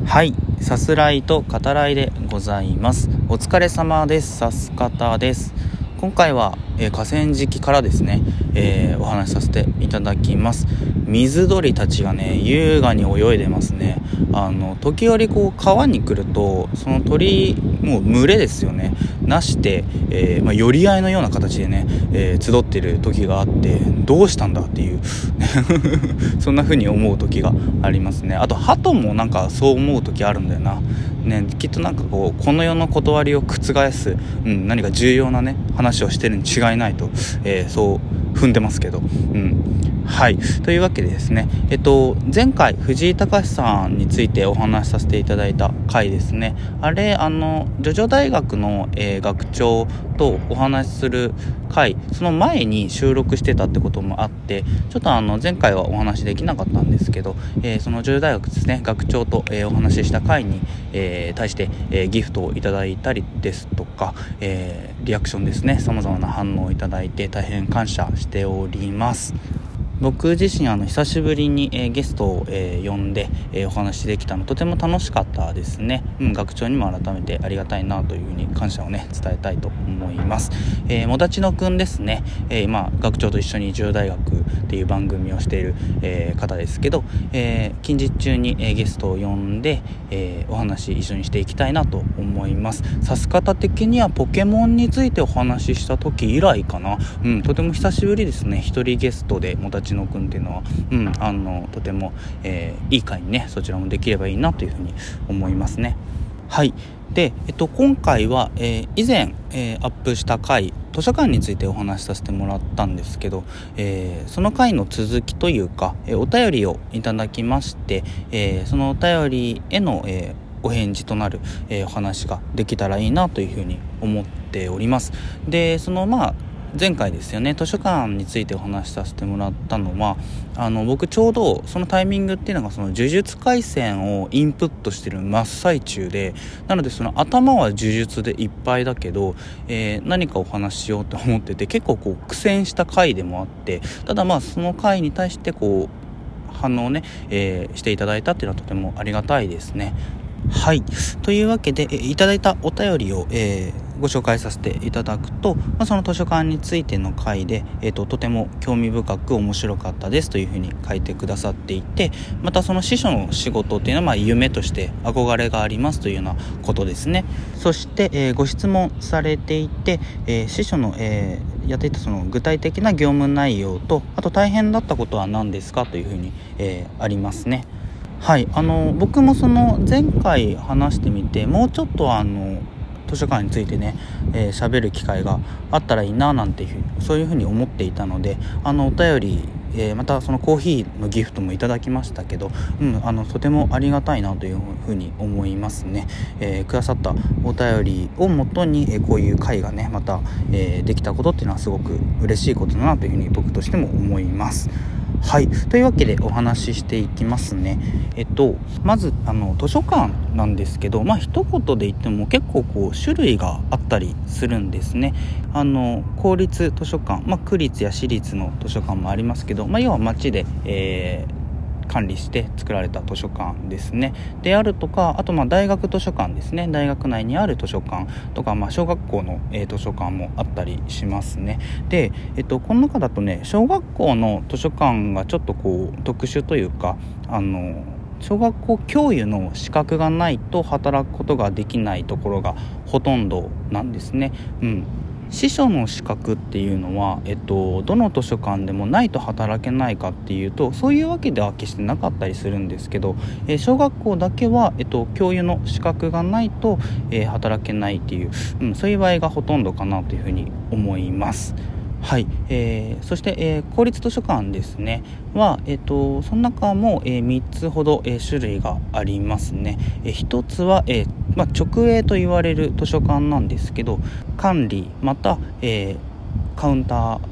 はい、さすらいと語らいでございます。お疲れ様です。さす方です。今回は、河川敷からですね、お話しさせていただきます。水鳥たちがね優雅に泳いでますね。時折川に来るとその鳥もう群れですよねなして、寄り合いのような形でね、集ってる時があってどうしたんだっていうそんな風に思う時がありますね。あと鳩もなんかそう思う時あるんだよな、きっとなんかこの世の断りを覆す、何か重要なね話をしてるに違いないと、そう踏んでますけど、はい、というわけでですね、前回藤井隆さんについてお話しさせていただいた回ですね。あれジョジョ大学の、学長とお話しする回、その前に収録してたってこともあってちょっと前回はお話できなかったんですけど、そのジョジョ大学ですね学長と、お話しした回に、対して、ギフトをいただいたりですとか、リアクションですね様々な反応をいただいて大変感謝しております。僕自身久しぶりに、ゲストを、呼んで、お話できたのとても楽しかったですね。学長にも改めてありがたいなというふうに感謝をね伝えたいと思います。もだちのくんですね、今学長と一緒に10大学っていう番組をしている、方ですけど、近日中に、ゲストを呼んで、お話一緒にしていきたいなと思います。さす方的にはポケモンについてお話しした時以来かな。とても久しぶりですね。一人ゲストでもだちのくんっていうのは、とても、いい回にねそちらもできればいいなというふうに思いますね。はい。で、今回は、以前、アップした回図書館についてお話しさせてもらったんですけど、その回の続きというか、お便りをいただきまして、そのお便りへの、お返事となる、お話ができたらいいなというふうに思っております。で前回ですよね図書館についてお話しさせてもらったのは僕ちょうどそのタイミングっていうのがその呪術廻戦をインプットしてる真っ最中で、なのでその頭は呪術でいっぱいだけど、何かお話ししようと思ってて結構苦戦した回でもあって、ただその回に対して反応をね、していただいたっていうのはとてもありがたいですね。はい、というわけでいただいたお便りを、ご紹介させていただくと、その図書館についての回で、とても興味深く面白かったですというふうに書いてくださっていて、またその司書の仕事っていうのは夢として憧れがありますというようなことですね。そして、ご質問されていて、司書の、やっていたその具体的な業務内容と、あと大変だったことは何ですかというふうに、ありますね。はい、僕もその前回話してみてもうちょっと図書館についてね喋る機会があったらいいななんてそういうふうに思っていたのでお便り、またそのコーヒーのギフトもいただきましたけど、とてもありがたいなというふうに思いますね。くださったお便りをもとに、こういう会がねまた、できたことっていうのはすごく嬉しいことだなというふうに僕としても思います。はい、というわけでお話ししていきますね。まず図書館なんですけど、一言で言っても結構種類があったりするんですね。公立図書館、区立や私立の図書館もありますけど、要は町で、管理して作られた図書館ですね。であるとか、あと大学図書館ですね。大学内にある図書館とか、小学校の、図書館もあったりしますね。で、この中だとね、小学校の図書館がちょっと特殊というか、小学校教諭の資格がないと働くことができないところがほとんどなんですね。司書の資格っていうのは、どの図書館でもないと働けないかっていうとそういうわけでは決してなかったりするんですけど、小学校だけは、教諭の資格がないと、働けないっていう、そういう場合がほとんどかなというふうに思います。はい、そして、公立図書館ですねは、その中も、3つほど、種類がありますね。1つは、直営と言われる図書館なんですけど管理また、カウンター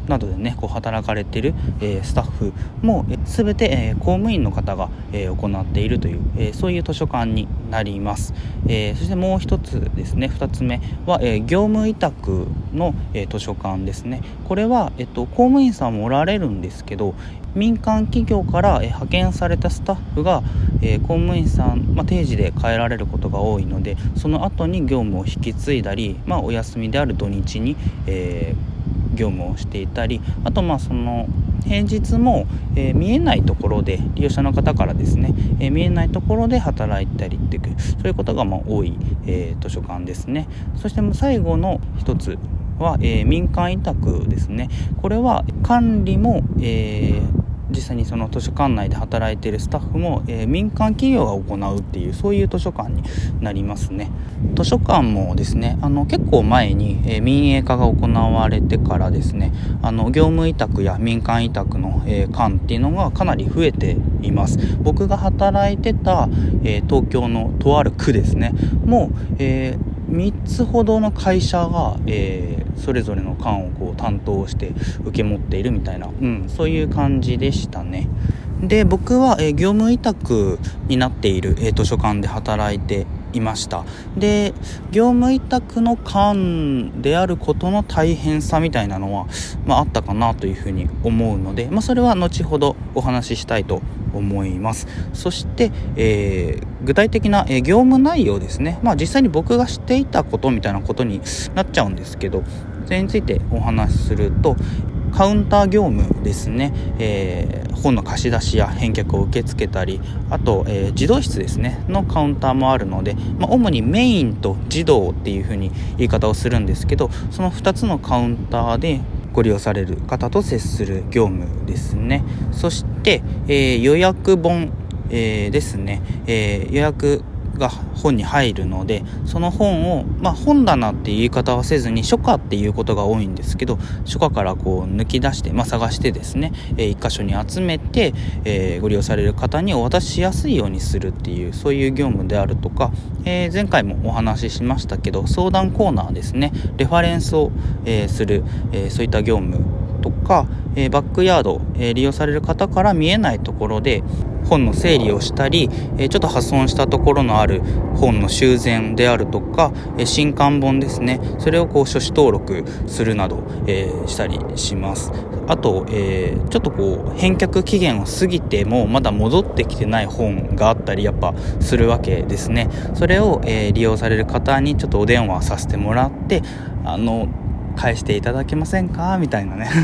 などでね働かれている、スタッフも全て、公務員の方が、行っているという、そういう図書館になります。そしてもう一つですね、2つ目は、業務委託の、図書館ですね。これは、公務員さんもおられるんですけど、民間企業から、派遣されたスタッフが、公務員さん、定時で帰られることが多いので、その後に業務を引き継いだり、お休みである土日に、業務をしていたり、あとその平日も、見えないところで利用者の方からですね、見えないところで働いたりっていうそういうことが多い、図書館ですね。そして最後の一つは、民間委託ですね。これは管理も、実際にその図書館内で働いているスタッフも、民間企業が行うっていうそういう図書館になりますね。図書館もですね結構前に、民営化が行われてからですね業務委託や民間委託の、館っていうのがかなり増えています。僕が働いてた、東京のとある区ですねもう、3つほどの会社が、それぞれの館を担当して受け持っているみたいな、そういう感じでしたね。で僕は、業務委託になっている、図書館で働いていました。で業務委託の館であることの大変さみたいなのは、あったかなというふうに思うので、それは後ほどお話ししたいと思います。そして、具体的な、業務内容ですね。実際に僕がしていたことみたいなことになっちゃうんですけど、それについてお話しすると、カウンター業務ですね、本の貸し出しや返却を受け付けたり、あと、児童室ですねのカウンターもあるので、主にメインと児童っていう風に言い方をするんですけど、その2つのカウンターでご利用される方と接する業務ですね。そして、予約本、ですね、予約が本に入るので、その本を、本棚っていう言い方はせずに書架っていうことが多いんですけど、書架から抜き出して、探してですね、一箇所に集めて、ご利用される方にお渡ししやすいようにするっていうそういう業務であるとか、前回もお話ししましたけど相談コーナーですね、レファレンスを、する、そういった業務とか、バックヤード、利用される方から見えないところで本の整理をしたり、ちょっと破損したところのある本の修繕であるとか、新刊本ですね、それを書種登録するなど、したりします。あと、ちょっと返却期限を過ぎてもまだ戻ってきてない本があったりやっぱするわけですね。それを、利用される方にちょっとお電話させてもらって、返していただけませんかみたいなね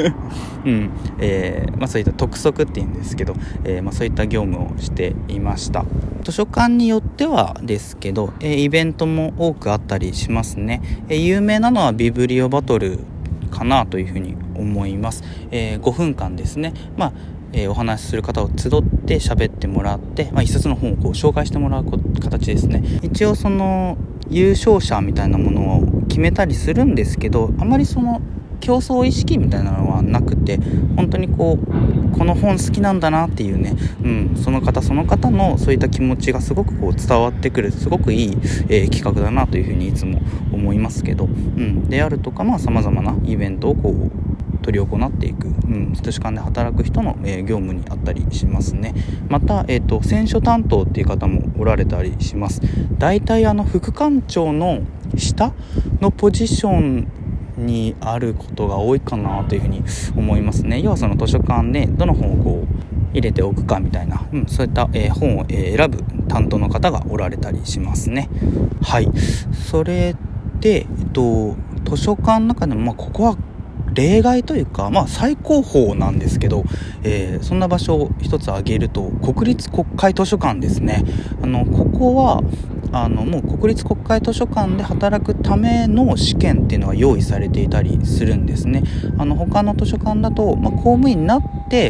そういった督促っていうんですけど、そういった業務をしていました。図書館によってはですけど、イベントも多くあったりしますね。有名なのはビブリオバトルかなというふうに思います。5分間ですね、お話しする方を集って喋ってもらって、一冊の本を紹介してもらう形ですね。一応その優勝者みたいなものを決めたりするんですけど、あまりその競争意識みたいなのはなくて、本当にこの本好きなんだなっていうね、その方のそういった気持ちがすごく伝わってくる、すごくいい、企画だなというふうにいつも思いますけど、であるとか様々なイベントを取り行っていく、図書館で働く人の、業務にあったりしますね。また、選書担当っていう方もおられたりします。だいたい副館長の下のポジションにあることが多いかなというふうに思いますね。要はその図書館でどの本を入れておくかみたいな、そういった、本を、選ぶ担当の方がおられたりしますね。はい。それで、図書館の中でも、ここは例外というか、最高峰なんですけど、そんな場所を一つ挙げると国立国会図書館ですね。ここはもう国立国会図書館で働くための試験っていうのが用意されていたりするんですね。他の図書館だと、公務員になって、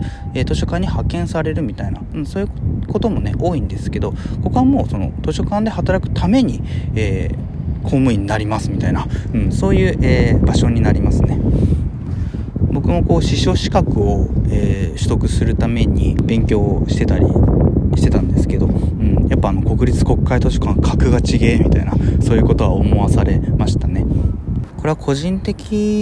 図書館に派遣されるみたいな、そういうこともね多いんですけど、ここはもうその図書館で働くために、公務員になりますみたいな、そういう、場所になりますね。僕も司書資格を、取得するために勉強をしてたりしてたんですけど、やっぱ国立国会図書館格が違えみたいな、そういうことは思わされましたね。これは個人的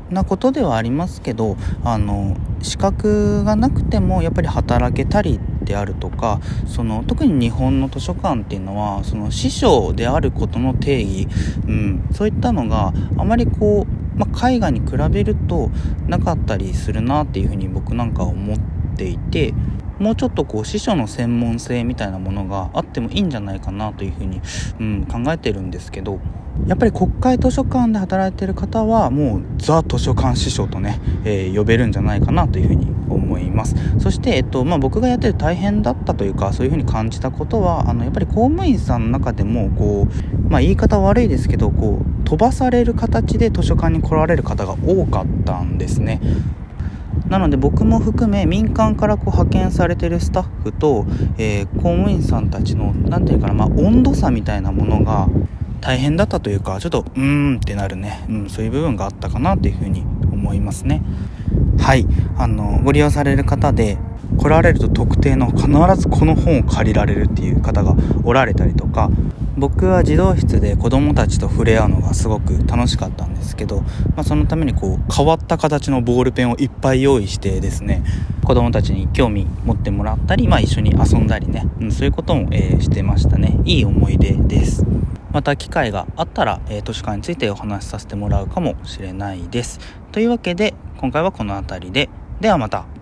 なことではありますけど、資格がなくてもやっぱり働けたりであるとか、特に日本の図書館っていうのは司書であることの定義、そういったのがあまり海外に比べるとなかったりするなっていうふうに僕なんかは思っていて、もうちょっと司書の専門性みたいなものがあってもいいんじゃないかなというふうに、考えてるんですけど、やっぱり国会図書館で働いている方はもうザ図書館司書とね、呼べるんじゃないかなというふうに思います。そして、僕がやってて大変だったというか、そういうふうに感じたことはやっぱり公務員さんの中でも言い方悪いですけど飛ばされる形で図書館に来られる方が多かったんですね。なので僕も含め民間から派遣されているスタッフと、公務員さんたちのなんていうかな、温度差みたいなものが大変だったというか、ちょっとってなるね、そういう部分があったかなというふうに思いますね。はい、ご利用される方で来られると特定の必ずこの本を借りられるっていう方がおられたりとか、僕は児童室で子どもたちと触れ合うのがすごく楽しかったんですけど、そのために変わった形のボールペンをいっぱい用意してですね、子どもたちに興味持ってもらったり、一緒に遊んだりね、そういうことも、してましたね。いい思い出です。また機会があったら、図書館についてお話しさせてもらうかもしれないです。というわけで今回はこの辺りで、ではまた。